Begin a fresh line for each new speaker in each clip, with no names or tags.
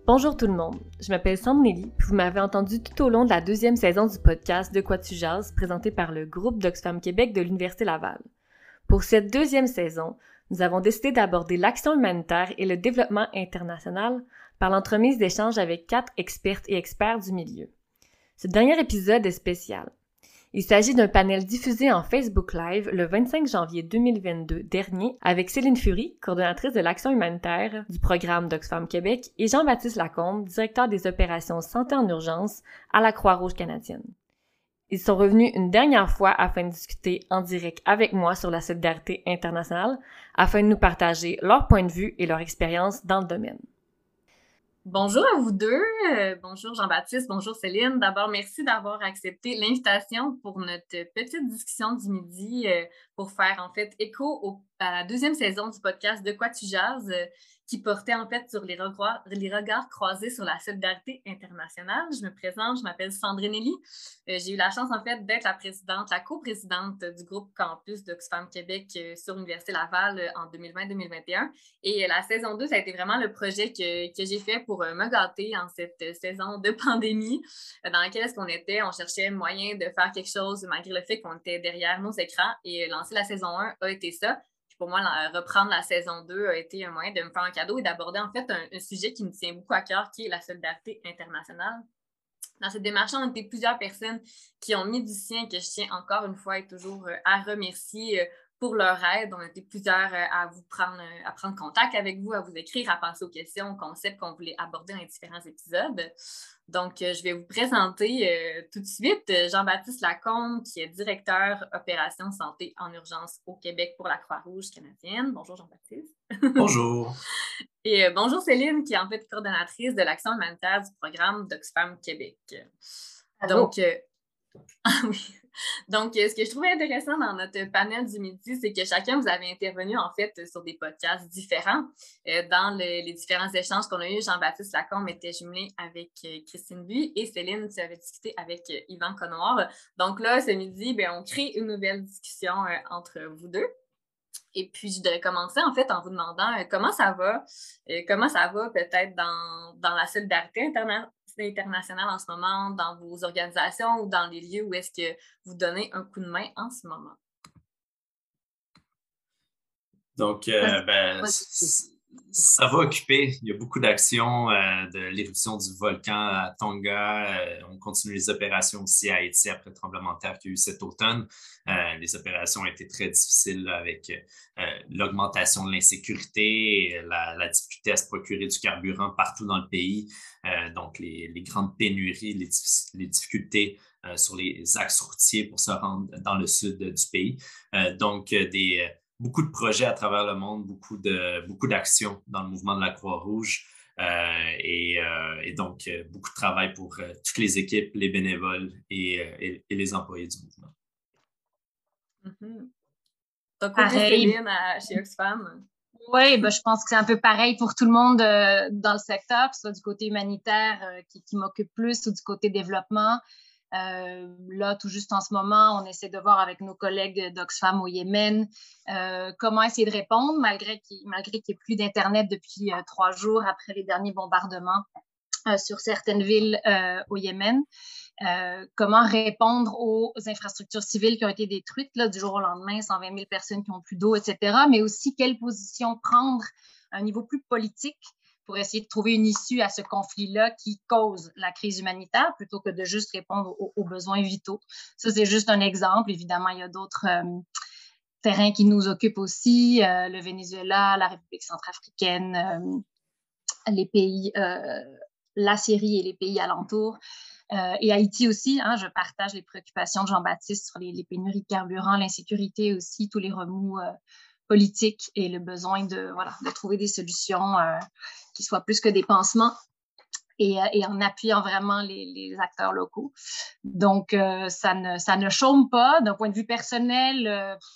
Bonjour tout le monde, je m'appelle Sandra-Nelly, puis vous m'avez entendu tout au long de la deuxième saison du podcast De quoi tu jases, présenté par le groupe d'Oxfam Québec de l'Université Laval. Pour cette deuxième saison, nous avons décidé d'aborder l'action humanitaire et le développement international par l'entremise d'échanges avec 4 expertes et experts du milieu. Ce dernier épisode est spécial. Il s'agit d'un panel diffusé en Facebook Live le 25 janvier 2022 dernier avec Céline Fury, coordonnatrice de l'action humanitaire du programme d'Oxfam Québec, et Jean-Baptiste Lacombe, directeur des opérations santé en urgence à la Croix-Rouge canadienne. Ils sont revenus une dernière fois afin de discuter en direct avec moi sur la solidarité internationale, afin de nous partager leur point de vue et leur expérience dans le domaine. Bonjour à vous deux. Bonjour Jean-Baptiste, bonjour Céline. D'abord, merci d'avoir accepté l'invitation pour notre petite discussion du midi pour faire en fait écho à la deuxième saison du podcast De quoi tu jases qui portait en fait sur les regards croisés sur la solidarité internationale. Je me présente, je m'appelle Sandra-Nelly. J'ai eu la chance en fait d'être la coprésidente du groupe Campus d'Oxfam Québec sur l'Université Laval en 2020-2021. Et la saison 2, ça a été vraiment le projet que j'ai fait pour me gâter en cette saison de pandémie dans laquelle est-ce qu'on était. On cherchait moyen de faire quelque chose malgré le fait qu'on était derrière nos écrans et lancer la saison 1 a été ça. Pour moi, reprendre la saison 2 a été un moyen de me faire un cadeau et d'aborder en fait un sujet qui me tient beaucoup à cœur, qui est la solidarité internationale. Dans cette démarche, on était plusieurs personnes qui ont mis du sien, que je tiens encore une fois et toujours à remercier pour leur aide. On était plusieurs à prendre contact avec vous, à vous écrire, à penser aux questions, aux concepts qu'on voulait aborder dans les différents épisodes. Donc, je vais vous présenter tout de suite Jean-Baptiste Lacombe, qui est directeur opérations santé en urgence au Québec pour la Croix-Rouge canadienne. Bonjour Jean-Baptiste.
Bonjour.
Et bonjour Céline, qui est en fait coordonnatrice de l'action humanitaire du programme d'Oxfam Québec.
Allô?
Donc, ce que je trouvais intéressant dans notre panel du midi, c'est que chacun, vous avez intervenu en fait sur des podcasts différents. Dans les différents échanges qu'on a eus, Jean-Baptiste Lacombe était jumelé avec Christine Buis et Céline, tu avais discuté avec Yvan Connoir. Donc là, ce midi, on crée une nouvelle discussion entre vous deux. Et puis, je voudrais commencer en fait en vous demandant comment ça va peut-être dans la solidarité internationale en ce moment, dans vos organisations ou dans les lieux où est-ce que vous donnez un coup de main en ce moment?
Donc, ça va occuper. Il y a beaucoup d'actions de l'éruption du volcan à Tonga. On continue les opérations aussi à Haïti après le tremblement de terre qu'il y a eu cet automne. Les opérations ont été très difficiles là, avec l'augmentation de l'insécurité, la difficulté à se procurer du carburant partout dans le pays. Donc, les grandes pénuries, les difficultés sur les axes routiers pour se rendre dans le sud du pays. Beaucoup de projets à travers le monde, beaucoup d'actions dans le mouvement de la Croix-Rouge et donc beaucoup de travail pour toutes les équipes, les bénévoles et les employés du mouvement.
Mm-hmm. Ton côté, Céline, chez Oxfam?
Oui, je pense que c'est un peu pareil pour tout le monde dans le secteur, que ce soit du côté humanitaire qui m'occupe plus ou du côté développement. Là, tout juste en ce moment, on essaie de voir avec nos collègues d'Oxfam au Yémen comment essayer de répondre, malgré qu'il n'y ait plus d'Internet depuis 3 jours après les derniers bombardements sur certaines villes au Yémen. Comment répondre aux infrastructures civiles qui ont été détruites là, du jour au lendemain, 120 000 personnes qui n'ont plus d'eau, etc. Mais aussi, quelle position prendre à un niveau plus politique pour essayer de trouver une issue à ce conflit-là qui cause la crise humanitaire plutôt que de juste répondre aux besoins vitaux. Ça, c'est juste un exemple. Évidemment, il y a d'autres terrains qui nous occupent aussi, le Venezuela, la République centrafricaine, les pays, la Syrie et les pays alentours. Et Haïti aussi, je partage les préoccupations de Jean-Baptiste sur les pénuries de carburant, l'insécurité aussi, tous les remous politiques et le besoin de trouver des solutions qui soient plus que des pansements et en appuyant vraiment les acteurs locaux. Donc, ça ne chôme pas. D'un point de vue personnel,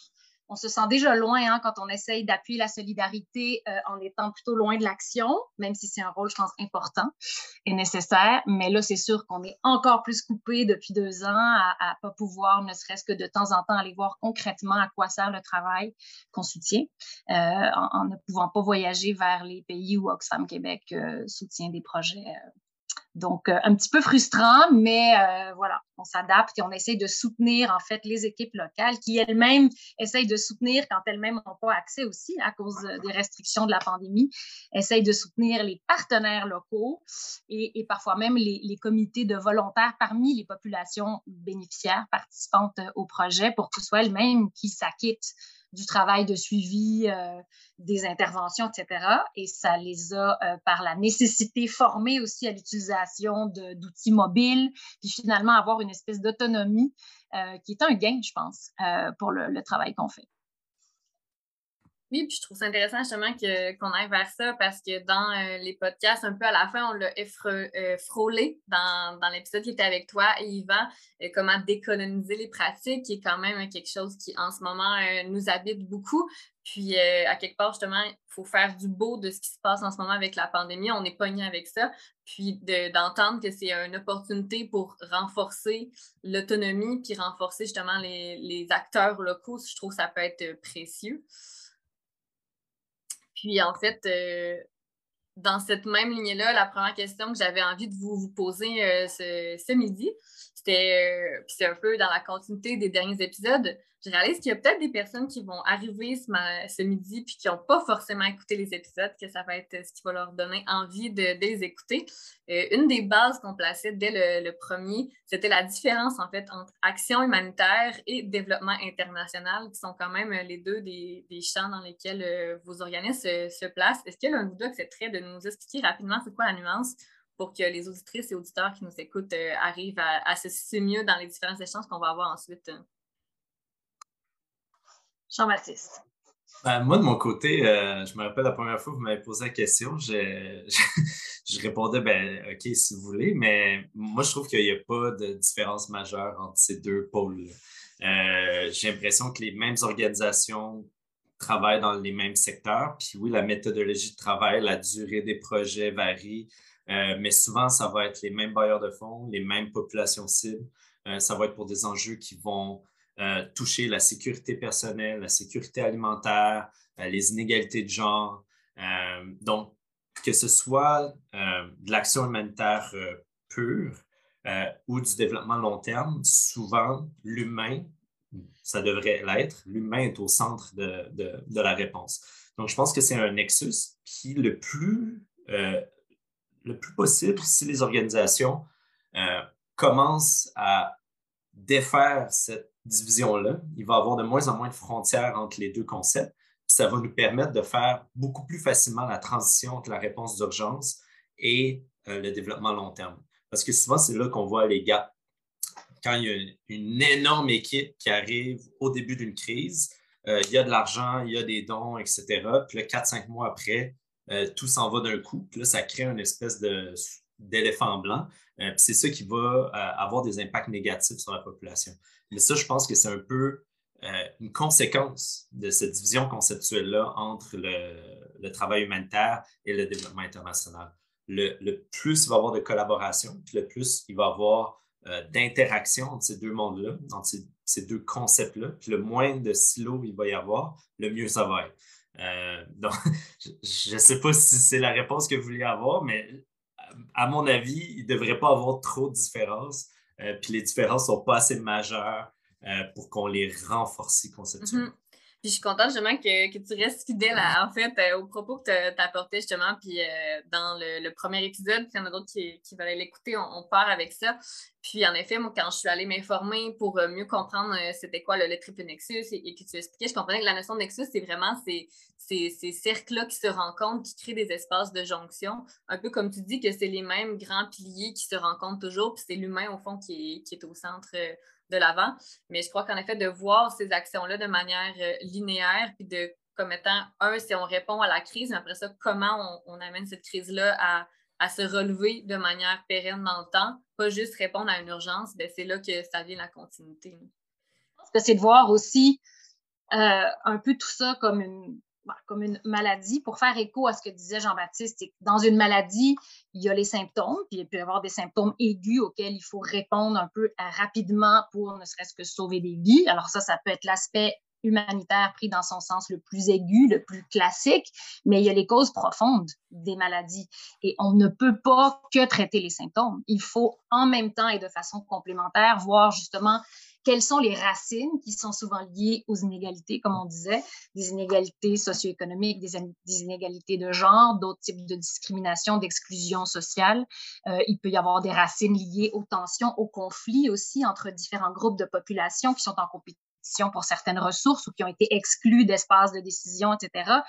on se sent déjà loin hein, quand on essaye d'appuyer la solidarité en étant plutôt loin de l'action, même si c'est un rôle, je pense, important et nécessaire. Mais là, c'est sûr qu'on est encore plus coupé depuis 2 ans à pas pouvoir, ne serait-ce que de temps en temps, aller voir concrètement à quoi sert le travail qu'on soutient, en ne pouvant pas voyager vers les pays où Oxfam Québec soutient des projets. Donc, un petit peu frustrant, mais voilà, on s'adapte et on essaye de soutenir, en fait, les équipes locales qui elles-mêmes essayent de soutenir quand elles-mêmes n'ont pas accès aussi à cause des restrictions de la pandémie, essayent de soutenir les partenaires locaux et parfois même les comités de volontaires parmi les populations bénéficiaires participantes au projet pour que ce soit elles-mêmes qui s'acquittent du travail de suivi, des interventions, etc. Et ça les a, par la nécessité, formés aussi à l'utilisation d'outils mobiles, puis finalement avoir une espèce d'autonomie qui est un gain, je pense, pour le travail qu'on fait.
Oui, puis je trouve ça intéressant justement qu'on aille vers ça parce que dans les podcasts, un peu à la fin, on l'a frôlé dans l'épisode qui était avec toi, Yvan, comment décoloniser les pratiques, qui est quand même quelque chose qui, en ce moment, nous habite beaucoup. Puis, à quelque part, justement, il faut faire du beau de ce qui se passe en ce moment avec la pandémie. On est pogné avec ça. Puis, d'entendre que c'est une opportunité pour renforcer l'autonomie puis renforcer justement les acteurs locaux, je trouve que ça peut être précieux. Puis, en fait, dans cette même lignée-là, la première question que j'avais envie de vous poser ce midi, c'était, puis c'est un peu dans la continuité des derniers épisodes, je réalise qu'il y a peut-être des personnes qui vont arriver ce midi puis qui n'ont pas forcément écouté les épisodes, que ça va être ce qui va leur donner envie de les écouter. Une des bases qu'on plaçait dès le premier, c'était la différence en fait entre action humanitaire et développement international, qui sont quand même les deux des champs dans lesquels vos organismes se placent. Est-ce que l'un de vous deux accepterait de nous expliquer rapidement c'est quoi la nuance pour que les auditrices et auditeurs qui nous écoutent arrivent à se situer mieux dans les différents échanges qu'on va avoir ensuite?
Jean-Baptiste.
Moi, de mon côté, je me rappelle la première fois que vous m'avez posé la question, je répondais, OK, si vous voulez, mais moi, je trouve qu'il n'y a pas de différence majeure entre ces deux pôles. J'ai l'impression que les mêmes organisations travaillent dans les mêmes secteurs, puis oui, la méthodologie de travail, la durée des projets varie, mais souvent, ça va être les mêmes bailleurs de fonds, les mêmes populations cibles. Ça va être pour des enjeux qui vont toucher la sécurité personnelle, la sécurité alimentaire, les inégalités de genre. Donc, que ce soit de l'action humanitaire pure ou du développement long terme, souvent, l'humain, ça devrait l'être, l'humain est au centre de la réponse. Donc, je pense que c'est un nexus, puis le plus possible, si les organisations commencent à défaire cette division-là, il va y avoir de moins en moins de frontières entre les deux concepts. Puis ça va nous permettre de faire beaucoup plus facilement la transition entre la réponse d'urgence et le développement long terme. Parce que souvent, c'est là qu'on voit les gaps. Quand il y a une énorme équipe qui arrive au début d'une crise, il y a de l'argent, il y a des dons, etc. Puis là, 4-5 mois après, tout s'en va d'un coup. Puis là, ça crée une espèce d'éléphant blanc. Puis c'est ça qui va avoir des impacts négatifs sur la population. Mais ça, je pense que c'est un peu une conséquence de cette division conceptuelle-là entre le travail humanitaire et le développement international. Le plus il va y avoir de collaboration, puis le plus il va y avoir d'interaction entre ces deux mondes-là, entre ces deux concepts-là, puis le moins de silos il va y avoir, le mieux ça va être. Donc, je ne sais pas si c'est la réponse que vous vouliez avoir, mais à mon avis, il ne devrait pas avoir trop de différences. Puis les différences ne sont pas assez majeures pour qu'on les renforce conceptuellement.
Mm-hmm. Puis je suis contente justement que tu restes fidèle en fait aux propos que tu as apportés justement. Puis dans le premier épisode, puis il y en a d'autres qui veulent l'écouter, on part avec ça. Puis en effet, moi, quand je suis allée m'informer pour mieux comprendre c'était quoi le triple nexus et que tu expliquais, je comprenais que la notion de nexus, c'est vraiment ces cercles-là qui se rencontrent, qui créent des espaces de jonction. Un peu comme tu dis que c'est les mêmes grands piliers qui se rencontrent toujours, puis c'est l'humain au fond qui est au centre de l'avant. Mais je crois qu'en effet, de voir ces actions-là de manière linéaire, puis comme étant, si on répond à la crise, mais après ça, comment on amène cette crise-là à se relever de manière pérenne dans le temps, pas juste répondre à une urgence, c'est là que ça vient la continuité.
Je pense que c'est de voir aussi un peu tout ça comme une maladie. Pour faire écho à ce que disait Jean-Baptiste, c'est que dans une maladie, il y a les symptômes, puis il peut y avoir des symptômes aigus auxquels il faut répondre un peu rapidement pour ne serait-ce que sauver des vies. Alors ça peut être l'aspect humanitaire pris dans son sens le plus aigu, le plus classique, mais il y a les causes profondes des maladies et on ne peut pas que traiter les symptômes. Il faut en même temps et de façon complémentaire voir justement quelles sont les racines qui sont souvent liées aux inégalités, comme on disait, des inégalités socio-économiques, des inégalités de genre, d'autres types de discrimination, d'exclusion sociale. Il peut y avoir des racines liées aux tensions, aux conflits aussi entre différents groupes de population qui sont en compétition pour certaines ressources ou qui ont été exclus d'espaces de décision, etc.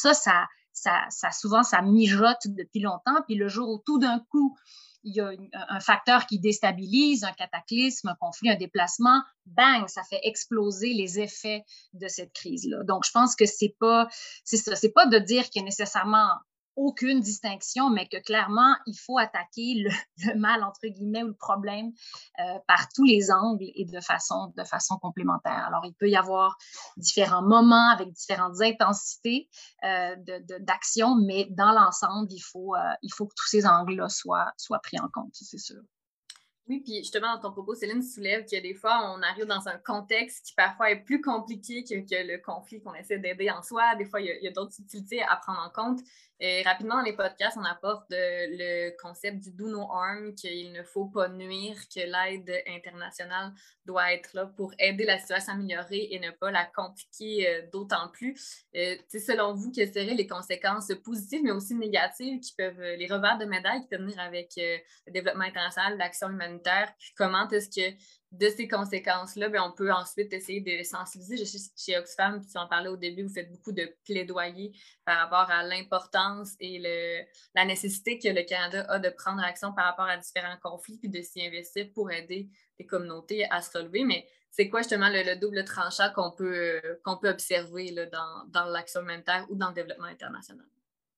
Souvent, ça mijote depuis longtemps. Puis le jour où tout d'un coup, il y a un facteur qui déstabilise, un cataclysme, un conflit, un déplacement, bang, ça fait exploser les effets de cette crise-là. Donc, je pense que c'est pas de dire qu'il y a nécessairement aucune distinction, mais que clairement, il faut attaquer le mal, entre guillemets, ou le problème par tous les angles et de façon complémentaire. Alors, il peut y avoir différents moments avec différentes intensités d'action, mais dans l'ensemble, il faut que tous ces angles-là soient pris en compte, c'est sûr.
Oui, puis justement, dans ton propos, Céline soulève que des fois, on arrive dans un contexte qui parfois est plus compliqué que le conflit qu'on essaie d'aider en soi. Des fois, il y a d'autres subtilités à prendre en compte. Et rapidement, dans les podcasts, on apporte le concept du do no harm, qu'il ne faut pas nuire, que l'aide internationale doit être là pour aider la situation à s'améliorer et ne pas la compliquer d'autant plus. Selon vous, quelles seraient les conséquences positives, mais aussi négatives, les revers de médaille qui peuvent venir avec le développement international, l'action humanitaire, puis comment est-ce que de ces conséquences-là, on peut ensuite essayer de sensibiliser. Je sais chez Oxfam, puis tu en parlais au début, vous faites beaucoup de plaidoyer par rapport à l'importance et la nécessité que le Canada a de prendre action par rapport à différents conflits, puis de s'y investir pour aider les communautés à se relever. Mais c'est quoi justement le double tranchant qu'on peut observer là, dans l'action humanitaire ou dans le développement international?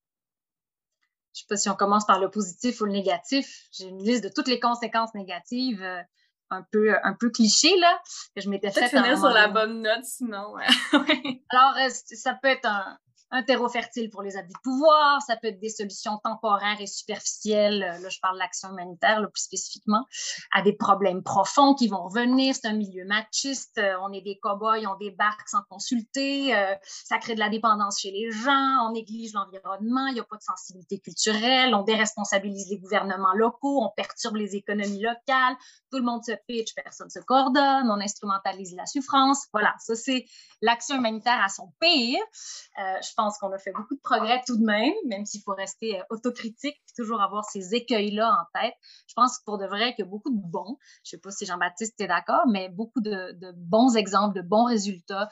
Je ne sais pas si on commence par le positif ou le négatif. J'ai une liste de toutes les conséquences négatives un peu cliché, là, que je m'étais fait.
Finir sur la bonne note, sinon.
Alors, ça peut être un terreau fertile pour les abus de pouvoir, ça peut être des solutions temporaires et superficielles, là je parle de l'action humanitaire là, plus spécifiquement, à des problèmes profonds qui vont revenir, c'est un milieu machiste, on est des cow-boys, on débarque sans consulter, ça crée de la dépendance chez les gens, on néglige l'environnement, il n'y a pas de sensibilité culturelle, on déresponsabilise les gouvernements locaux, on perturbe les économies locales, tout le monde se pitch, personne ne se coordonne, on instrumentalise la souffrance, voilà, ça c'est l'action humanitaire à son pire. Je pense qu'on a fait beaucoup de progrès tout de même s'il faut rester autocritique et toujours avoir ces écueils-là en tête. Je pense pour de vrai qu'il y a beaucoup de bons, je ne sais pas si Jean-Baptiste est d'accord, mais beaucoup de bons exemples, de bons résultats,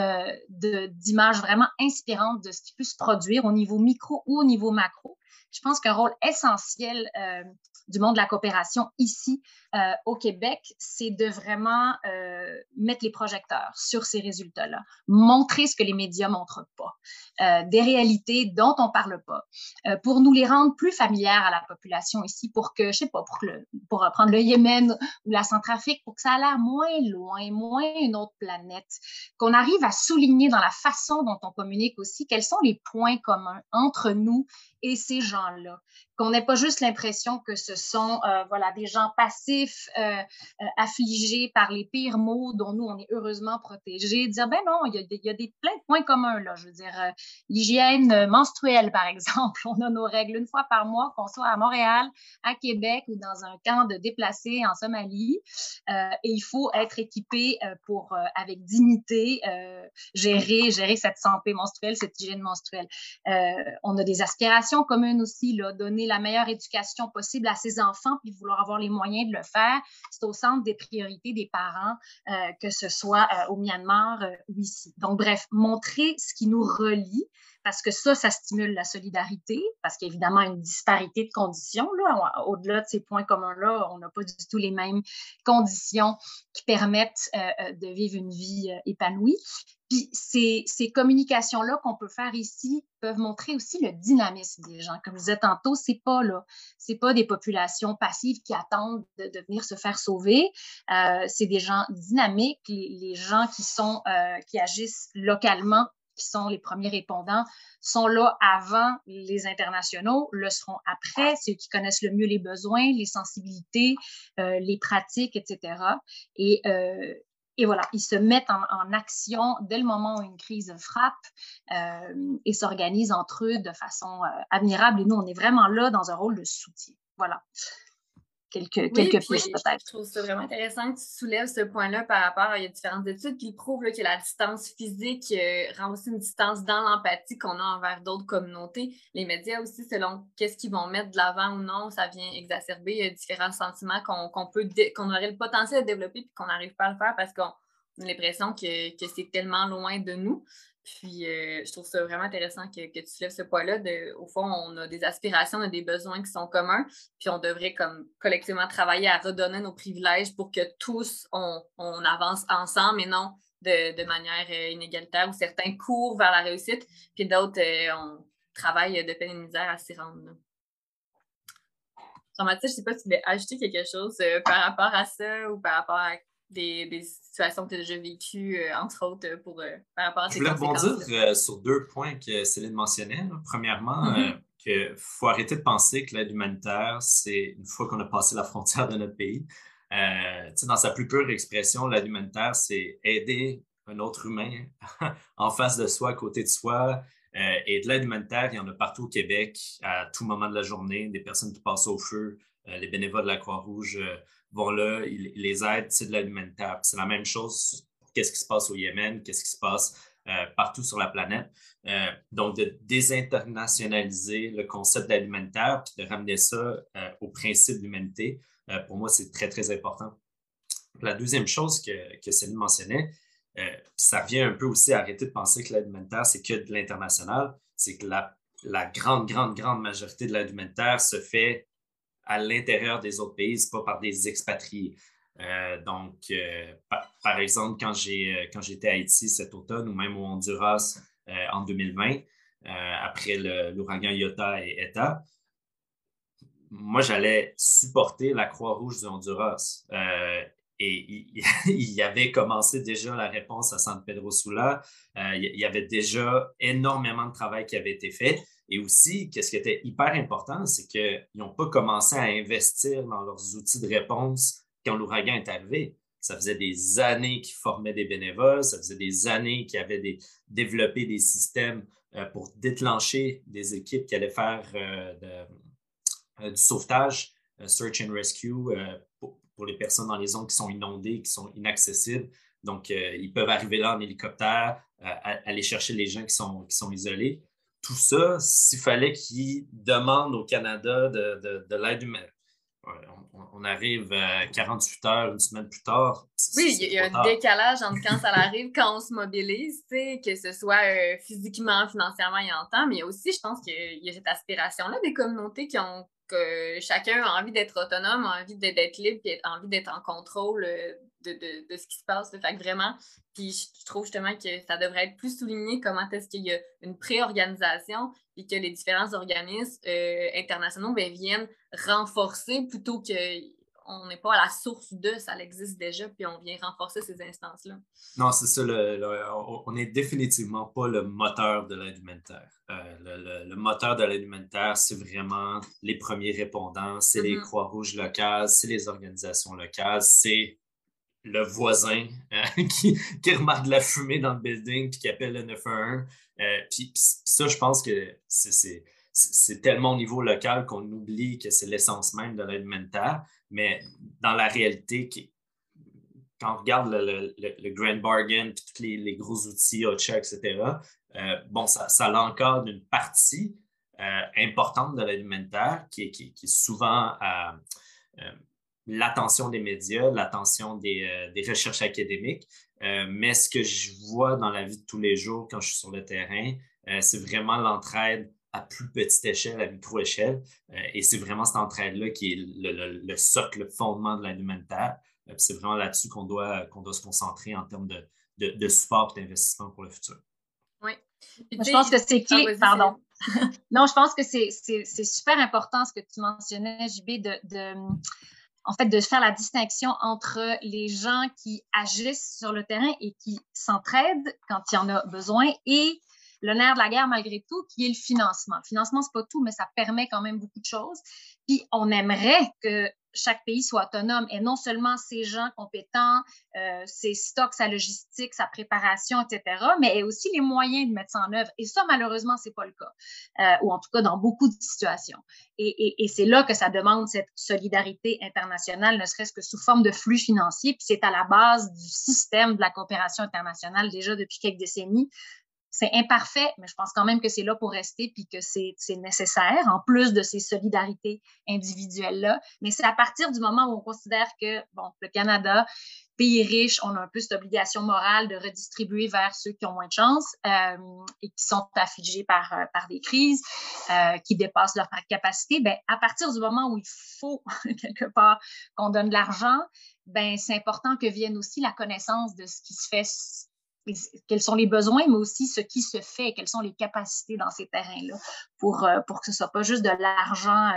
d'images vraiment inspirantes de ce qui peut se produire au niveau micro ou au niveau macro. Je pense qu'un rôle essentiel du monde de la coopération ici au Québec, c'est de vraiment mettre les projecteurs sur ces résultats-là, montrer ce que les médias ne montrent pas, des réalités dont on ne parle pas, pour nous les rendre plus familières à la population ici, pour que, je ne sais pas, pour reprendre le Yémen ou la Centrafrique, pour que ça a l'air moins loin, moins une autre planète, qu'on arrive à souligner dans la façon dont on communique aussi quels sont les points communs entre nous et ces gens-là, qu'on n'ait pas juste l'impression que ce sont des gens passifs, affligés par les pires maux dont nous, on est heureusement protégés, dire, ben non, il y a plein de points communs, là, je veux dire, l'hygiène menstruelle, par exemple, on a nos règles une fois par mois, qu'on soit à Montréal, à Québec ou dans un camp de déplacés en Somalie, et il faut être équipé pour, avec dignité, gérer cette santé menstruelle, cette hygiène menstruelle. On a des aspirations communes aussi, là, donner la meilleure éducation possible à ses enfants puis vouloir avoir les moyens de le faire, c'est au centre des priorités des parents, que ce soit au Myanmar ou ici. Donc, bref, montrer ce qui nous relie, parce que ça stimule la solidarité, parce qu'il y a évidemment une disparité de conditions. Là. Au-delà de ces points communs-là, on n'a pas du tout les mêmes conditions qui permettent de vivre une vie épanouie. Puis ces communications-là qu'on peut faire ici peuvent montrer aussi le dynamisme des gens. Comme je disais tantôt, c'est pas des populations passives qui attendent de venir se faire sauver. C'est des gens dynamiques, les gens qui agissent localement, qui sont les premiers répondants, sont là avant les internationaux, le seront après, c'est eux qui connaissent le mieux les besoins, les sensibilités, les pratiques, etc. Et voilà, ils se mettent en action dès le moment où une crise frappe et s'organisent entre eux de façon admirable. Et nous, on est vraiment là dans un rôle de soutien. Voilà. Quelques pistes peut-être.
Je trouve ça vraiment intéressant que tu soulèves ce point-là par rapport il y a différentes études qui prouvent là, que la distance physique rend aussi une distance dans l'empathie qu'on a envers d'autres communautés. Les médias aussi, selon qu'est-ce qu'ils vont mettre de l'avant ou non, ça vient exacerber différents sentiments qu'on aurait le potentiel de développer puis qu'on n'arrive pas à le faire parce qu'on a l'impression que c'est tellement loin de nous. Puis, je trouve ça vraiment intéressant que tu soulèves ce point-là. Au fond, on a des aspirations, on a des besoins qui sont communs, puis on devrait comme collectivement travailler à redonner nos privilèges pour que tous, on avance ensemble et non de manière inégalitaire, où certains courent vers la réussite, puis d'autres, on travaille de peine et de misère à s'y rendre. Là. Jean-Mathieu, je ne sais pas si tu voulais ajouter quelque chose par rapport à ça ou par rapport à des situations que tu as déjà vécues, entre autres, par rapport à ces conséquences.
Je voulais rebondir sur 2 points que Céline mentionnait. Là. Premièrement, qu'il faut arrêter de penser que l'aide humanitaire, c'est une fois qu'on a passé la frontière de notre pays. Dans sa plus pure expression, l'aide humanitaire, c'est aider un autre humain en face de soi, à côté de soi. Et de l'aide humanitaire, il y en a partout au Québec, à tout moment de la journée, des personnes qui passent au feu, les bénévoles de la Croix-Rouge vont là, ils les aident, c'est de l'aide humanitaire. C'est la même chose pour qu'est-ce qui se passe au Yémen, qu'est-ce qui se passe partout sur la planète. Donc, de désinternationaliser le concept d'aide humanitaire puis de ramener ça au principe d'humanité, pour moi, c'est très, très important. La deuxième chose que Céline mentionnait, ça vient un peu aussi arrêter de penser que l'aide humanitaire, c'est que de l'international, c'est que la grande majorité de l'aide humanitaire se fait à l'intérieur des autres pays, c'est pas par des expatriés. Par exemple, quand j'étais à Haïti cet automne ou même au Honduras en 2020, après l'ouragan Iota et Eta, moi, j'allais supporter la Croix-Rouge du Honduras. Et il y avait commencé déjà la réponse à San Pedro Sula. Il y avait déjà énormément de travail qui avait été fait. Et aussi, ce qui était hyper important, c'est qu'ils n'ont pas commencé à investir dans leurs outils de réponse quand l'ouragan est arrivé. Ça faisait des années qu'ils formaient des bénévoles, ça faisait des années qu'ils avaient développé des systèmes pour déclencher des équipes qui allaient faire du sauvetage, search and rescue, pour les personnes dans les zones qui sont inondées, qui sont inaccessibles. Donc, ils peuvent arriver là en hélicoptère, aller chercher les gens qui sont isolés. Tout ça, s'il fallait qu'ils demandent au Canada de l'aide humaine. On arrive 48 heures, une semaine plus tard.
Oui, il y a un décalage entre quand ça arrive, quand on se mobilise, que ce soit physiquement, financièrement et en temps, mais aussi, je pense qu'il y a cette aspiration-là des communautés que chacun a envie d'être autonome, a envie d'être libre et a envie d'être en contrôle de ce qui se passe. Fait que vraiment, puis je trouve justement que ça devrait être plus souligné comment est-ce qu'il y a une pré-organisation et que les différents organismes internationaux viennent renforcer plutôt qu'on n'est pas à la source ça existe déjà, puis on vient renforcer ces instances-là.
Non, c'est ça. On n'est définitivement pas le moteur de l'aide humanitaire. Le moteur de l'aide humanitaire, c'est vraiment les premiers répondants, c'est les Croix-Rouges locales, c'est les organisations locales, c'est le voisin qui remarque de la fumée dans le building puis qui appelle le 911. Puis ça, je pense que c'est tellement au niveau local qu'on oublie que c'est l'essence même de l'aide humanitaire. Mais dans la réalité, quand on regarde le Grand Bargain puis tous les gros outils, OCHA, etc., ça l'encadre une partie importante de l'aide humanitaire qui est souvent l'attention des médias, l'attention des recherches académiques. Mais ce que je vois dans la vie de tous les jours quand je suis sur le terrain, c'est vraiment l'entraide à plus petite échelle, à micro-échelle. Et c'est vraiment cette entraide-là qui est le socle, le fondement de l'aide humanitaire. C'est vraiment là-dessus qu'on doit se concentrer en termes de support et d'investissement pour le futur.
Oui. Je pense que c'est clé. Pardon. Non, je pense que c'est super important ce que tu mentionnais, JB, en fait, de faire la distinction entre les gens qui agissent sur le terrain et qui s'entraident quand il y en a besoin et le nerf de la guerre, malgré tout, qui est le financement. Le financement, c'est pas tout, mais ça permet quand même beaucoup de choses. Puis, on aimerait que chaque pays soit autonome et non seulement ses gens compétents, ses stocks, sa logistique, sa préparation, etc., mais aussi les moyens de mettre ça en œuvre. Et ça, malheureusement, c'est pas le cas, ou en tout cas dans beaucoup de situations. Et c'est là que ça demande cette solidarité internationale, ne serait-ce que sous forme de flux financiers. Puis c'est à la base du système de la coopération internationale déjà depuis quelques décennies. C'est imparfait, mais je pense quand même que c'est là pour rester puis que c'est nécessaire, en plus de ces solidarités individuelles-là. Mais c'est à partir du moment où on considère que, bon, le Canada, pays riche, on a un peu cette obligation morale de redistribuer vers ceux qui ont moins de chance et qui sont affligés par des crises qui dépassent leur capacité. Ben, à partir du moment où il faut, quelque part, qu'on donne de l'argent, ben, c'est important que vienne aussi la connaissance de ce qui se fait, quels sont les besoins, mais aussi ce qui se fait, quelles sont les capacités dans ces terrains-là pour que ce ne soit pas juste de l'argent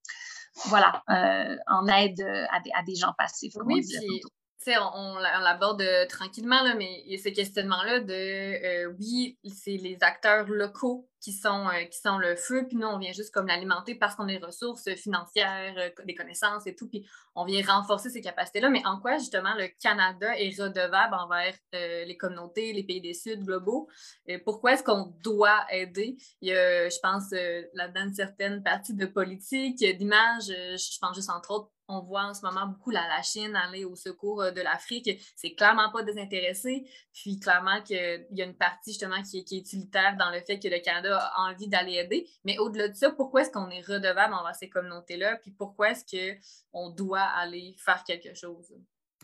en aide à des gens passifs.
Oui, puis on l'aborde tranquillement, là, mais il y a ces questionnements-là de oui, c'est les acteurs locaux qui sont le feu, puis nous, on vient juste comme l'alimenter parce qu'on a des ressources financières, des connaissances et tout, puis on vient renforcer ces capacités-là. Mais en quoi, justement, le Canada est redevable envers les communautés, les pays des Sud globaux? Pourquoi est-ce qu'on doit aider? Il y a, je pense, là-dedans, une certaine partie de politique, d'image, je pense juste entre autres, on voit en ce moment beaucoup la Chine aller au secours de l'Afrique. C'est clairement pas désintéressé. Puis clairement qu'il y a une partie justement qui est utilitaire dans le fait que le Canada a envie d'aller aider. Mais au-delà de ça, pourquoi est-ce qu'on est redevable envers ces communautés-là? Puis pourquoi est-ce qu'on doit aller faire quelque chose?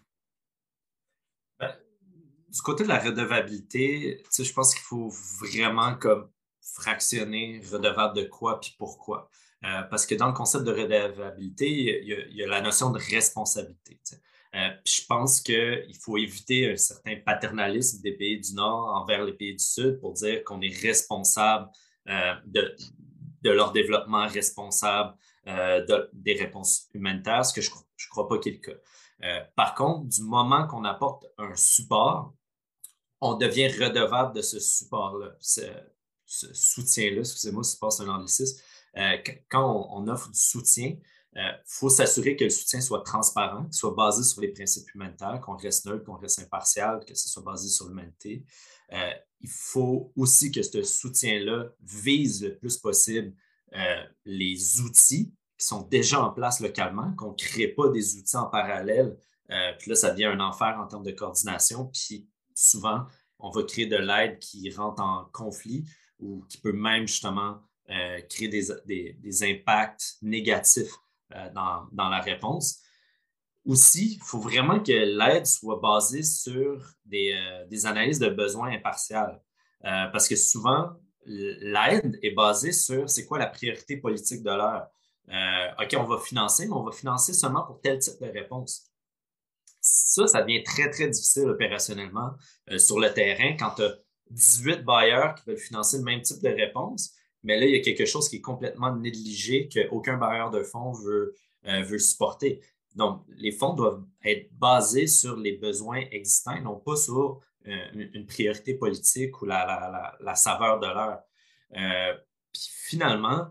Du côté de la redevabilité, je pense qu'il faut vraiment comme fractionner redevable de quoi puis pourquoi. Parce que dans le concept de redevabilité, il y a la notion de responsabilité. Puis je pense qu'il faut éviter un certain paternalisme des pays du Nord envers les pays du Sud pour dire qu'on est responsable de leur développement, responsable des réponses humanitaires, ce que je ne crois pas qu'il est le cas. Par contre, du moment qu'on apporte un support, on devient redevable de ce support-là, ce soutien-là, excusez-moi si je passe un anglicisme. Quand on offre du soutien, il faut s'assurer que le soutien soit transparent, qu'il soit basé sur les principes humanitaires, qu'on reste neutre, qu'on reste impartial, que ce soit basé sur l'humanité. Il faut aussi que ce soutien-là vise le plus possible les outils qui sont déjà en place localement, qu'on ne crée pas des outils en parallèle. Puis là, ça devient un enfer en termes de coordination. Puis souvent, on va créer de l'aide qui rentre en conflit ou qui peut même justement créer des impacts négatifs dans la réponse. Aussi, il faut vraiment que l'aide soit basée sur des analyses de besoins impartiales. Parce que souvent, l'aide est basée sur c'est quoi la priorité politique de l'heure. OK, on va financer, mais on va financer seulement pour tel type de réponse. Ça devient très, très difficile opérationnellement sur le terrain quand tu as 18 bailleurs qui veulent financer le même type de réponse. Mais là, il y a quelque chose qui est complètement négligé qu'aucun bailleur de fonds veut supporter. Donc, les fonds doivent être basés sur les besoins existants et non pas sur une priorité politique ou la saveur de l'heure. Puis finalement,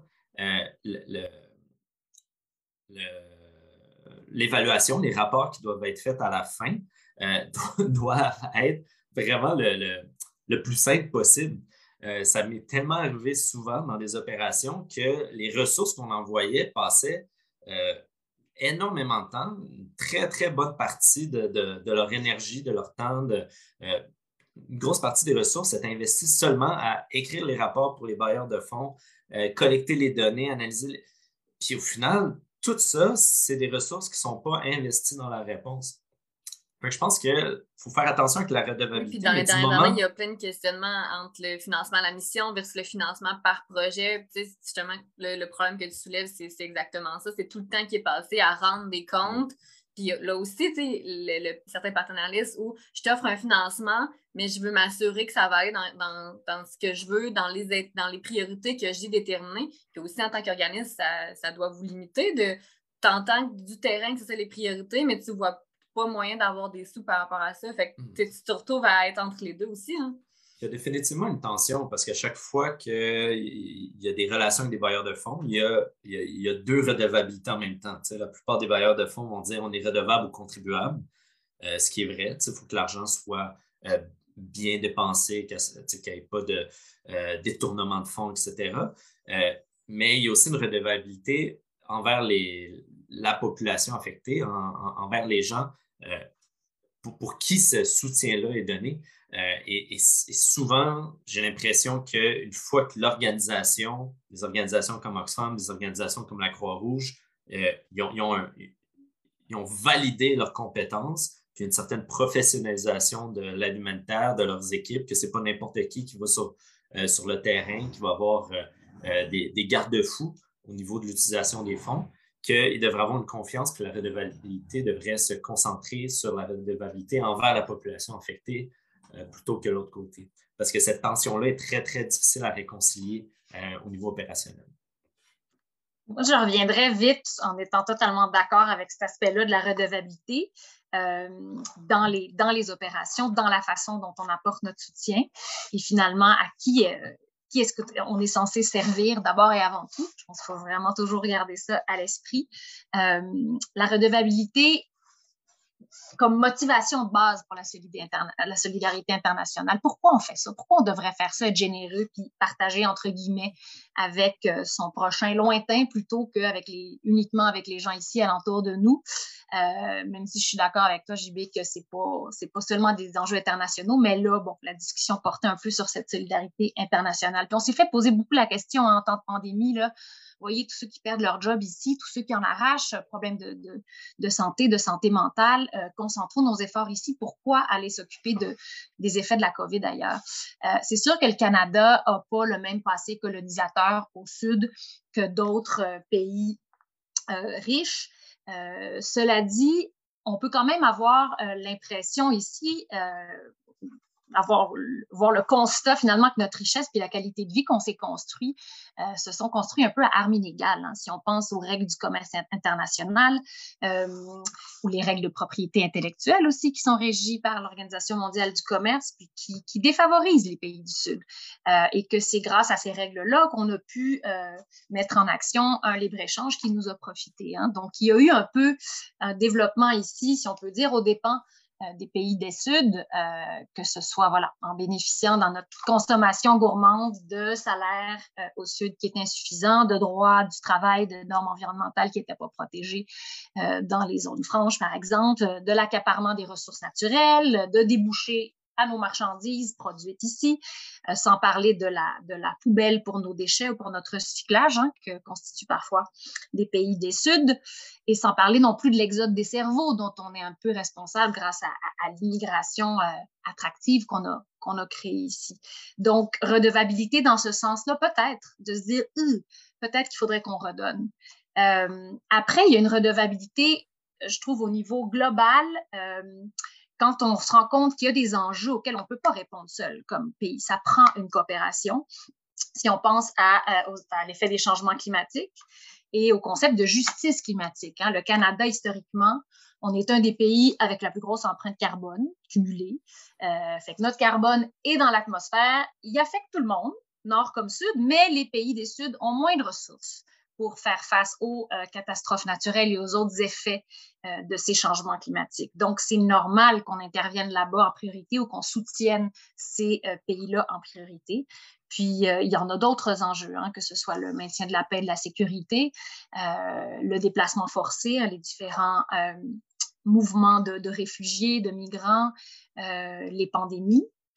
l'évaluation, les rapports qui doivent être faits à la fin doivent être vraiment le plus simple possible. Ça m'est tellement arrivé souvent dans des opérations que les ressources qu'on envoyait passaient énormément de temps, une très, très bonne partie de leur énergie, de leur temps, une grosse partie des ressources est investie seulement à écrire les rapports pour les bailleurs de fonds, collecter les données, analyser. Puis au final, tout ça, c'est des ressources qui ne sont pas investies dans la réponse. Fait que je pense qu'il faut faire attention avec la
Oui,
redevabilité.
puis dans les
mais du
dernières
moment,
années, il y a plein de questionnements entre le financement à la mission versus le financement par projet. Tu sais, justement, le problème que tu soulèves, c'est exactement ça. C'est tout le temps qui est passé à rendre des comptes. Puis là aussi, tu sais, certains partenariats où je t'offre un financement, mais je veux m'assurer que ça va aller dans ce que je veux, dans les priorités que j'ai déterminées. Puis aussi, en tant qu'organisme, ça doit vous limiter de t'entends du terrain que c'est ça les priorités, mais tu vois pas moyen d'avoir des sous par rapport à ça. Fait que tu te retrouves à être entre les deux aussi. Hein?
il y a définitivement une tension parce qu'à chaque fois qu'il y a des relations avec des bailleurs de fonds, il y a deux redevabilités en même temps. Tu sais, la plupart des bailleurs de fonds vont dire on est redevable ou contribuable, ce qui est vrai. Il faut que l'argent soit bien dépensé, qu'il n'y ait pas de détournement de fonds, etc. Mais il y a aussi une redevabilité envers la population affectée, envers les gens pour qui ce soutien-là est donné. Et souvent, j'ai l'impression qu'une fois que des organisations comme Oxfam, des organisations comme la Croix-Rouge, ils ont validé leurs compétences, puis une certaine professionnalisation de l'alimentaire, de leurs équipes, que ce n'est pas n'importe qui va sur le terrain, qui va avoir des garde-fous au niveau de l'utilisation des fonds, qu'il devrait avoir une confiance que la redevabilité devrait se concentrer sur la redevabilité envers la population affectée plutôt que l'autre côté. Parce que cette tension-là est très, très difficile à réconcilier au niveau opérationnel.
Moi, je reviendrai vite en étant totalement d'accord avec cet aspect-là de la redevabilité dans les opérations, dans la façon dont on apporte notre soutien et finalement à qui est-ce qu'on est censé servir d'abord et avant tout. Je pense qu'il faut vraiment toujours garder ça à l'esprit. La redevabilité comme motivation de base pour la solidarité internationale. Pourquoi on fait ça? Pourquoi on devrait faire ça, être généreux puis partager, entre guillemets, avec son prochain lointain plutôt uniquement avec les gens ici alentour de nous? Même si je suis d'accord avec toi, JB, que c'est pas seulement des enjeux internationaux, mais là, bon, la discussion portait un peu sur cette solidarité internationale. Puis on s'est fait poser beaucoup la question en temps de pandémie, là. Vous voyez, tous ceux qui perdent leur job ici, tous ceux qui en arrachent, problèmes de santé mentale, concentrons nos efforts ici. Pourquoi aller s'occuper des effets de la COVID ailleurs? C'est sûr que le Canada n'a pas le même passé colonisateur au sud que d'autres pays riches. Cela dit, on peut quand même avoir l'impression ici voir le constat finalement que notre richesse et la qualité de vie qu'on s'est construit se sont construits un peu à armes inégales. Hein. Si on pense aux règles du commerce international ou les règles de propriété intellectuelle aussi qui sont régies par l'Organisation mondiale du commerce puis qui défavorisent les pays du Sud. Et que c'est grâce à ces règles-là qu'on a pu mettre en action un libre-échange qui nous a profité. Hein. Donc, il y a eu un peu un développement ici, si on peut dire, aux dépens des pays des Suds, que ce soit en bénéficiant dans notre consommation gourmande de salaires au Sud qui est insuffisant, de droits du travail, de normes environnementales qui n'étaient pas protégées dans les zones franches, par exemple, de l'accaparement des ressources naturelles, de débouchés à nos marchandises produites ici, sans parler de la poubelle pour nos déchets ou pour notre recyclage, hein, que constituent parfois des pays des Suds, et sans parler non plus de l'exode des cerveaux dont on est un peu responsable grâce à l'immigration attractive qu'on a créée ici. Donc, redevabilité dans ce sens-là, peut-être, de se dire, peut-être qu'il faudrait qu'on redonne. Après, il y a une redevabilité, je trouve, au niveau global, quand on se rend compte qu'il y a des enjeux auxquels on ne peut pas répondre seul comme pays. Ça prend une coopération. Si on pense à l'effet des changements climatiques et au concept de justice climatique. Hein. Le Canada, historiquement, on est un des pays avec la plus grosse empreinte carbone cumulée. Fait que notre carbone est dans l'atmosphère. Il affecte tout le monde, nord comme sud, mais les pays des Suds ont moins de ressources pour faire face aux catastrophes naturelles et aux autres effets de ces changements climatiques. Donc, c'est normal qu'on intervienne là-bas en priorité ou qu'on soutienne ces pays-là en priorité. Puis, il y en a d'autres enjeux, hein, que ce soit le maintien de la paix et de la sécurité, le déplacement forcé, hein, les différents mouvements de réfugiés, de migrants, les pandémies.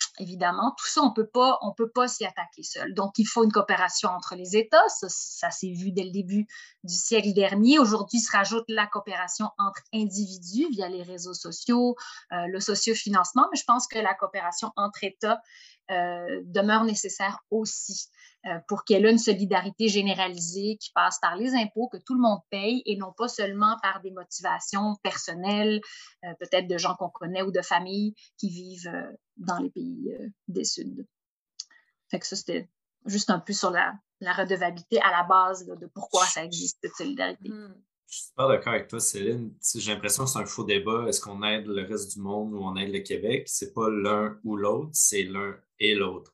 évidemment, tout ça, on peut pas s'y attaquer seul. Donc, il faut une coopération entre les États. Ça s'est vu dès le début du siècle dernier. Aujourd'hui, se rajoute la coopération entre individus via les réseaux sociaux, le sociofinancement, mais je pense que la coopération entre États demeure nécessaire aussi pour qu'il y ait une solidarité généralisée qui passe par les impôts que tout le monde paye et non pas seulement par des motivations personnelles, peut-être de gens qu'on connaît ou de familles qui vivent dans les pays des Suds. Fait que ça, c'était juste un peu sur la redevabilité à la base là, de pourquoi ça existe, cette solidarité.
Je suis super d'accord avec toi, Céline. J'ai l'impression que c'est un faux débat. Est-ce qu'on aide le reste du monde ou on aide le Québec? C'est pas l'un ou l'autre, c'est l'un et l'autre.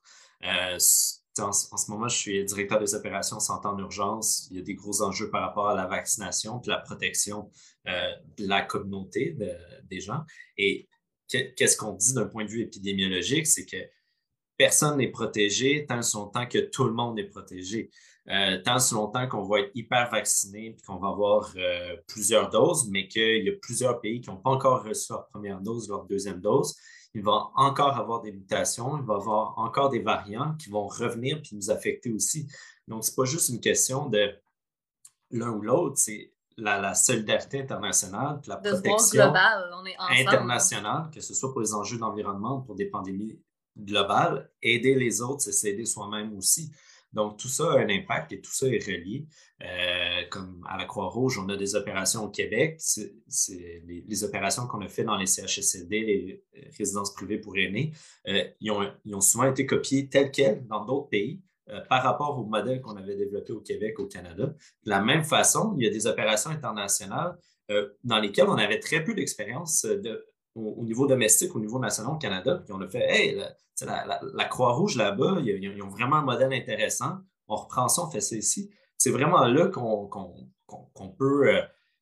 En ce moment, je suis directeur des opérations santé en urgence. Il y a des gros enjeux par rapport à la vaccination et la protection de la communauté des gens. Et qu'est-ce qu'on dit d'un point de vue épidémiologique? C'est que personne n'est protégé tant que tout le monde est protégé. Tant si longtemps qu'on va être hyper vacciné et qu'on va avoir plusieurs doses, mais qu'il y a plusieurs pays qui n'ont pas encore reçu leur première dose, leur deuxième dose, il va encore avoir des mutations, il va y avoir encore des variants qui vont revenir et nous affecter aussi. Donc, ce n'est pas juste une question de l'un ou l'autre, c'est la solidarité internationale, la protection
globale, on est
internationale, que ce soit pour les enjeux d'environnement, pour des pandémies globales, aider les autres, c'est s'aider soi-même aussi. Donc, tout ça a un impact et tout ça est relié. Comme à la Croix-Rouge, on a des opérations au Québec. C'est les opérations qu'on a faites dans les CHSLD, les résidences privées pour aînés, ils ont souvent été copiées telles quelles dans d'autres pays par rapport au modèle qu'on avait développé au Québec, au Canada. De la même façon, il y a des opérations internationales dans lesquelles on avait très peu d'expérience au niveau domestique, au niveau national au Canada. Puis on a fait, hey, la Croix-Rouge là-bas, ils ont vraiment un modèle intéressant. On reprend ça, on fait ça ici. C'est vraiment là qu'on peut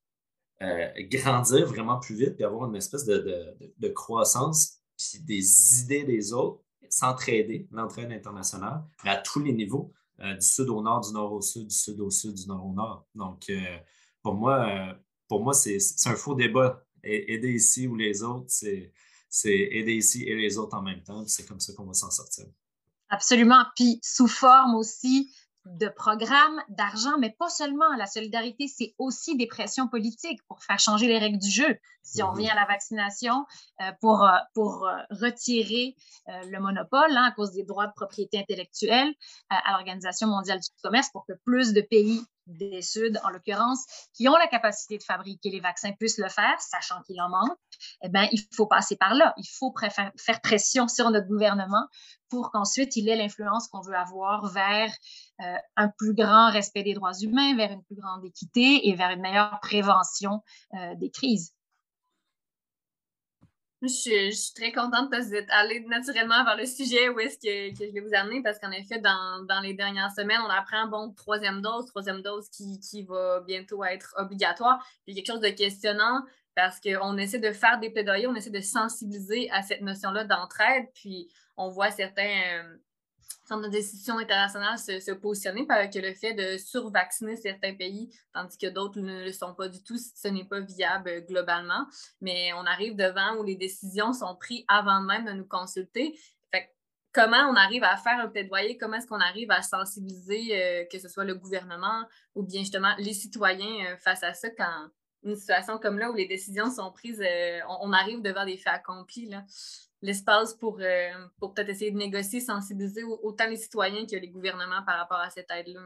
grandir vraiment plus vite et avoir une espèce de croissance, puis des idées des autres, s'entraider, l'entraide internationale, mais à tous les niveaux, du sud au nord, du nord au sud, du sud au sud, du nord au nord. Donc, pour moi, c'est un faux débat. Aider ici ou les autres, c'est aider ici et les autres en même temps. C'est comme ça qu'on va s'en sortir.
Absolument. Puis sous forme aussi de programmes, d'argent, mais pas seulement. La solidarité, c'est aussi des pressions politiques pour faire changer les règles du jeu. Si on revient à la vaccination, pour retirer le monopole à cause des droits de propriété intellectuelle à l'Organisation mondiale du commerce pour que plus de pays des Suds, en l'occurrence, qui ont la capacité de fabriquer les vaccins puissent le faire, sachant qu'il en manque, eh bien, il faut passer par là. Il faut faire pression sur notre gouvernement pour qu'ensuite il ait l'influence qu'on veut avoir vers un plus grand respect des droits humains, vers une plus grande équité et vers une meilleure prévention des crises.
Je suis très contente parce que vous êtes allé naturellement vers le sujet où est-ce que je vais vous amener parce qu'en effet, dans les dernières semaines, on apprend, troisième dose qui va bientôt être obligatoire. Il y a quelque chose de questionnant parce qu'on essaie de faire des plaidoyers, on essaie de sensibiliser à cette notion-là d'entraide, puis on voit certains centres de décision internationale se positionner parce que le fait de survacciner certains pays, tandis que d'autres ne le sont pas du tout, ce n'est pas viable globalement. Mais on arrive devant où les décisions sont prises avant même de nous consulter. Fait, comment on arrive à faire un plaidoyer? Comment est-ce qu'on arrive à sensibiliser que ce soit le gouvernement ou bien justement les citoyens face à ça quand une situation comme là où les décisions sont prises, on arrive devant des faits accomplis, là. L'espace pour peut-être essayer de négocier, sensibiliser autant les citoyens que les gouvernements par rapport à cette aide-là.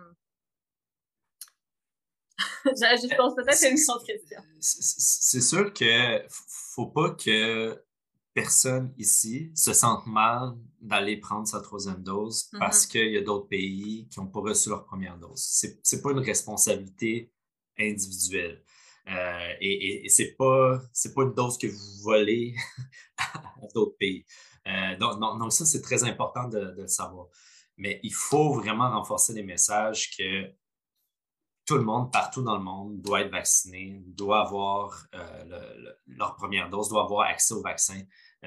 Je pense peut-être une autre question.
C'est sûr qu'il ne faut pas que personne ici se sente mal d'aller prendre sa troisième dose parce qu'il y a d'autres pays qui n'ont pas reçu leur première dose. Ce n'est pas une responsabilité individuelle. Et c'est pas une dose que vous volez à d'autres pays. Donc ça, c'est très important de le savoir. Mais il faut vraiment renforcer les messages que tout le monde, partout dans le monde, doit être vacciné, doit avoir leur première dose, doit avoir accès au vaccin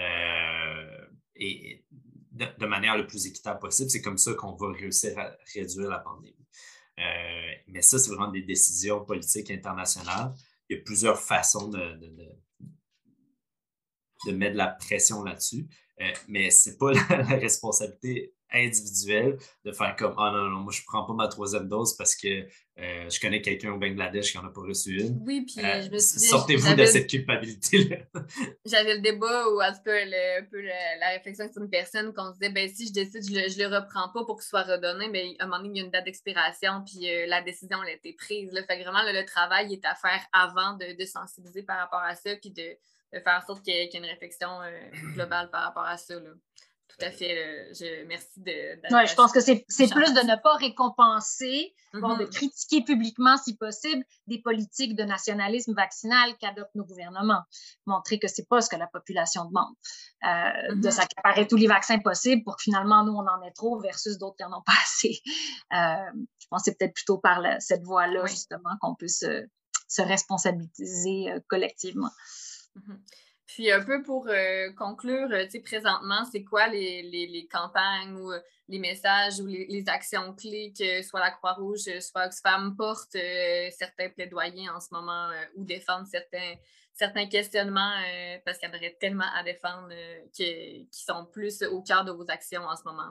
et de manière le plus équitable possible. C'est comme ça qu'on va réussir à réduire la pandémie. Mais ça, c'est vraiment des décisions politiques internationales. Il y a plusieurs façons de mettre de la pression là-dessus. Mais c'est pas la responsabilité individuelle de faire comme « Ah non, moi, je prends pas ma 3e dose parce que je connais quelqu'un au Bangladesh qui en a pas reçu une. »
Oui, puis je me souviens...
Sortez-vous de cette culpabilité-là.
J'avais le débat, ou en tout cas, la réflexion sur une personne qu'on se disait, ben si je décide, je le reprends pas pour qu'il soit redonné, mais à un moment donné, il y a une date d'expiration, puis la décision, elle a été prise. Là. Fait que vraiment, le travail est à faire avant de sensibiliser par rapport à ça, puis de faire en sorte qu'il y ait une réflexion globale par rapport à ça. Là. Tout à fait. Merci
Oui, je pense que c'est plus de ne pas récompenser, de critiquer publiquement, si possible, des politiques de nationalisme vaccinal qu'adoptent nos gouvernements. Montrer que c'est pas ce que la population demande. De s'accaparer tous les vaccins possibles pour que finalement, nous, on en ait trop versus d'autres qui en ont pas assez. Je pense que c'est peut-être plutôt par cette voie-là, justement, qu'on peut se responsabiliser collectivement.
Puis un peu pour conclure, présentement, c'est quoi les campagnes ou les messages ou les actions clés que soit la Croix-Rouge, soit Oxfam portent certains plaidoyers en ce moment ou défendent certains questionnements parce qu'il y en aurait tellement à défendre qui sont plus au cœur de vos actions en ce moment?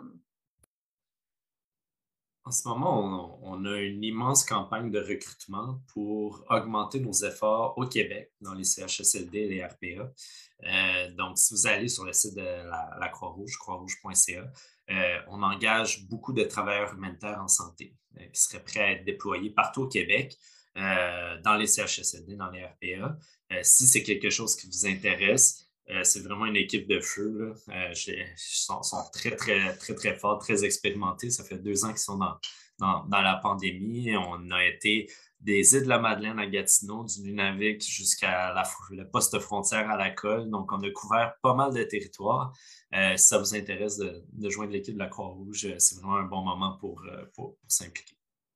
En ce moment, on a une immense campagne de recrutement pour augmenter nos efforts au Québec dans les CHSLD et les RPA. Donc, si vous allez sur le site de la Croix-Rouge, croixrouge.ca, on engage beaucoup de travailleurs humanitaires en santé qui seraient prêts à être déployés partout au Québec, dans les CHSLD, dans les RPA. Si c'est quelque chose qui vous intéresse, c'est vraiment une équipe de feu. Ils sont très, très, très, très forts, très expérimentés. Ça fait 2 ans qu'ils sont dans la pandémie. On a été des Îles-de-la-Madeleine à Gatineau, du Nunavik jusqu'à le poste frontière à la Colle. Donc, on a couvert pas mal de territoires. Si ça vous intéresse de joindre l'équipe de la Croix-Rouge, c'est vraiment un bon moment pour s'impliquer.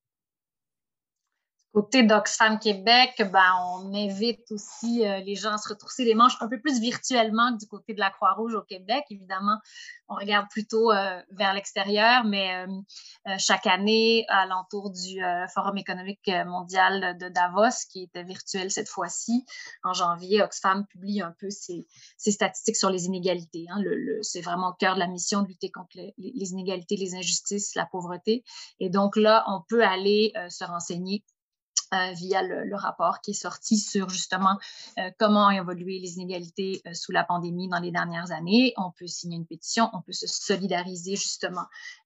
Côté d'Oxfam Québec, on invite aussi les gens à se retrousser les manches un peu plus virtuellement que du côté de la Croix-Rouge au Québec. Évidemment, on regarde plutôt vers l'extérieur, mais chaque année, à l'entour du Forum économique mondial de Davos, qui était virtuel cette fois-ci, en janvier, Oxfam publie un peu ses statistiques sur les inégalités. C'est vraiment au cœur de la mission de lutter contre les inégalités, les injustices, la pauvreté. Et donc là, on peut aller se renseigner via le rapport qui est sorti sur justement comment ont évolué les inégalités sous la pandémie dans les dernières années. On peut signer une pétition, on peut se solidariser justement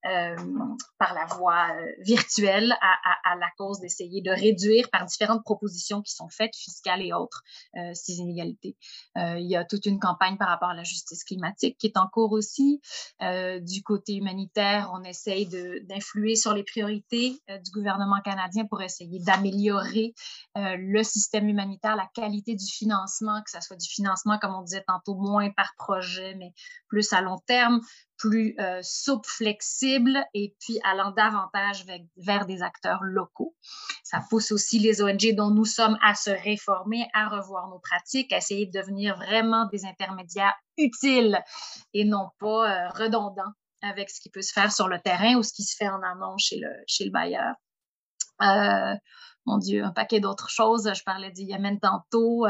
par la voie virtuelle à la cause d'essayer de réduire par différentes propositions qui sont faites, fiscales et autres, ces inégalités. Il y a toute une campagne par rapport à la justice climatique qui est en cours aussi. Du côté humanitaire, on essaye d'influer sur les priorités du gouvernement canadien pour essayer d'améliorer le système humanitaire, la qualité du financement, que ce soit du financement, comme on disait tantôt, moins par projet, mais plus à long terme, plus souple, flexible, et puis allant davantage vers des acteurs locaux. Ça pousse aussi les ONG dont nous sommes à se réformer, à revoir nos pratiques, à essayer de devenir vraiment des intermédiaires utiles et non pas redondants avec ce qui peut se faire sur le terrain ou ce qui se fait en amont chez le bailleur. Mon Dieu, un paquet d'autres choses. Je parlais du Yémen tantôt.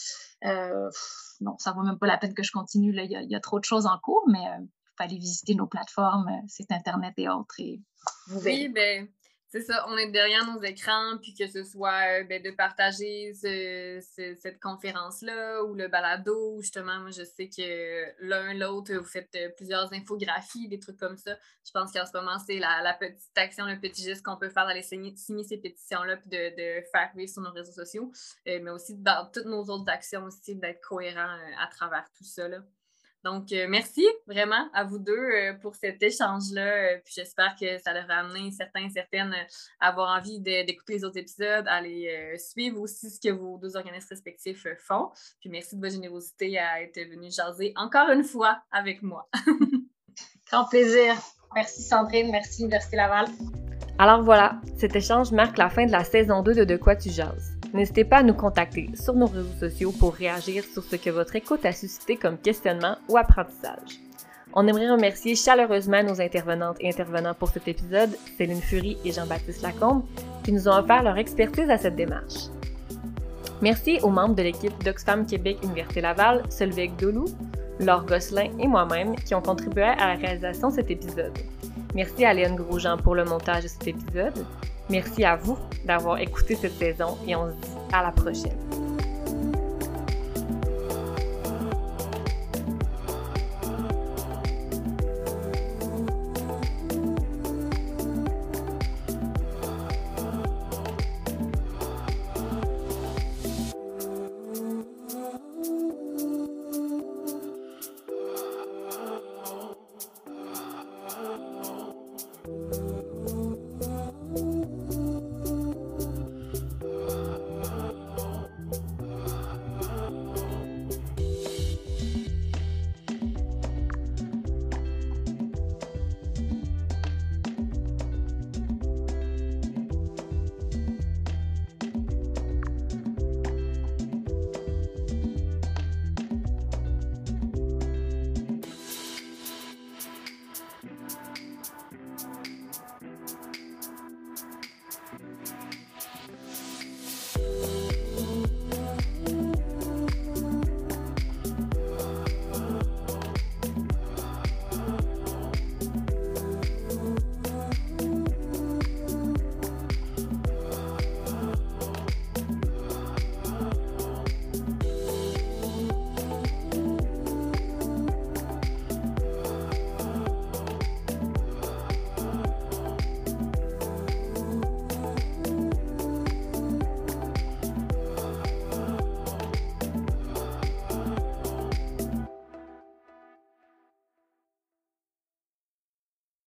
Non, ça vaut même pas la peine que je continue. Là. Il y a trop de choses en cours, mais il faut aller visiter nos plateformes, site Internet et autres, et vous verrez.
Oui, c'est ça, on est derrière nos écrans, puis que ce soit de partager cette conférence-là ou le balado. Justement, moi, je sais que l'un, l'autre, vous faites plusieurs infographies, des trucs comme ça. Je pense qu'en ce moment, c'est la petite action, le petit geste qu'on peut faire d'aller signer ces pétitions-là, puis de faire vivre sur nos réseaux sociaux, mais aussi dans toutes nos autres actions aussi, d'être cohérents à travers tout ça, là. Donc, merci vraiment à vous deux pour cet échange-là. Puis j'espère que ça leur a amené certains et certaines à avoir envie d'écouter les autres épisodes, à aller suivre aussi ce que vos 2 organismes respectifs font. Puis merci de votre générosité à être venu jaser encore une fois avec moi.
Grand plaisir. Merci Sandrine, merci Université Laval.
Alors voilà, cet échange marque la fin de la saison 2 de quoi tu jases. N'hésitez pas à nous contacter sur nos réseaux sociaux pour réagir sur ce que votre écoute a suscité comme questionnement ou apprentissage. On aimerait remercier chaleureusement nos intervenantes et intervenants pour cet épisode, Céline Fury et Jean-Baptiste Lacombe, qui nous ont offert leur expertise à cette démarche. Merci aux membres de l'équipe d'Oxfam Québec Université Laval, Solveig Dolou, Laure Gosselin et moi-même qui ont contribué à la réalisation de cet épisode. Merci à Léane Grosjean pour le montage de cet épisode. Merci à vous d'avoir écouté cette saison et on se dit à la prochaine.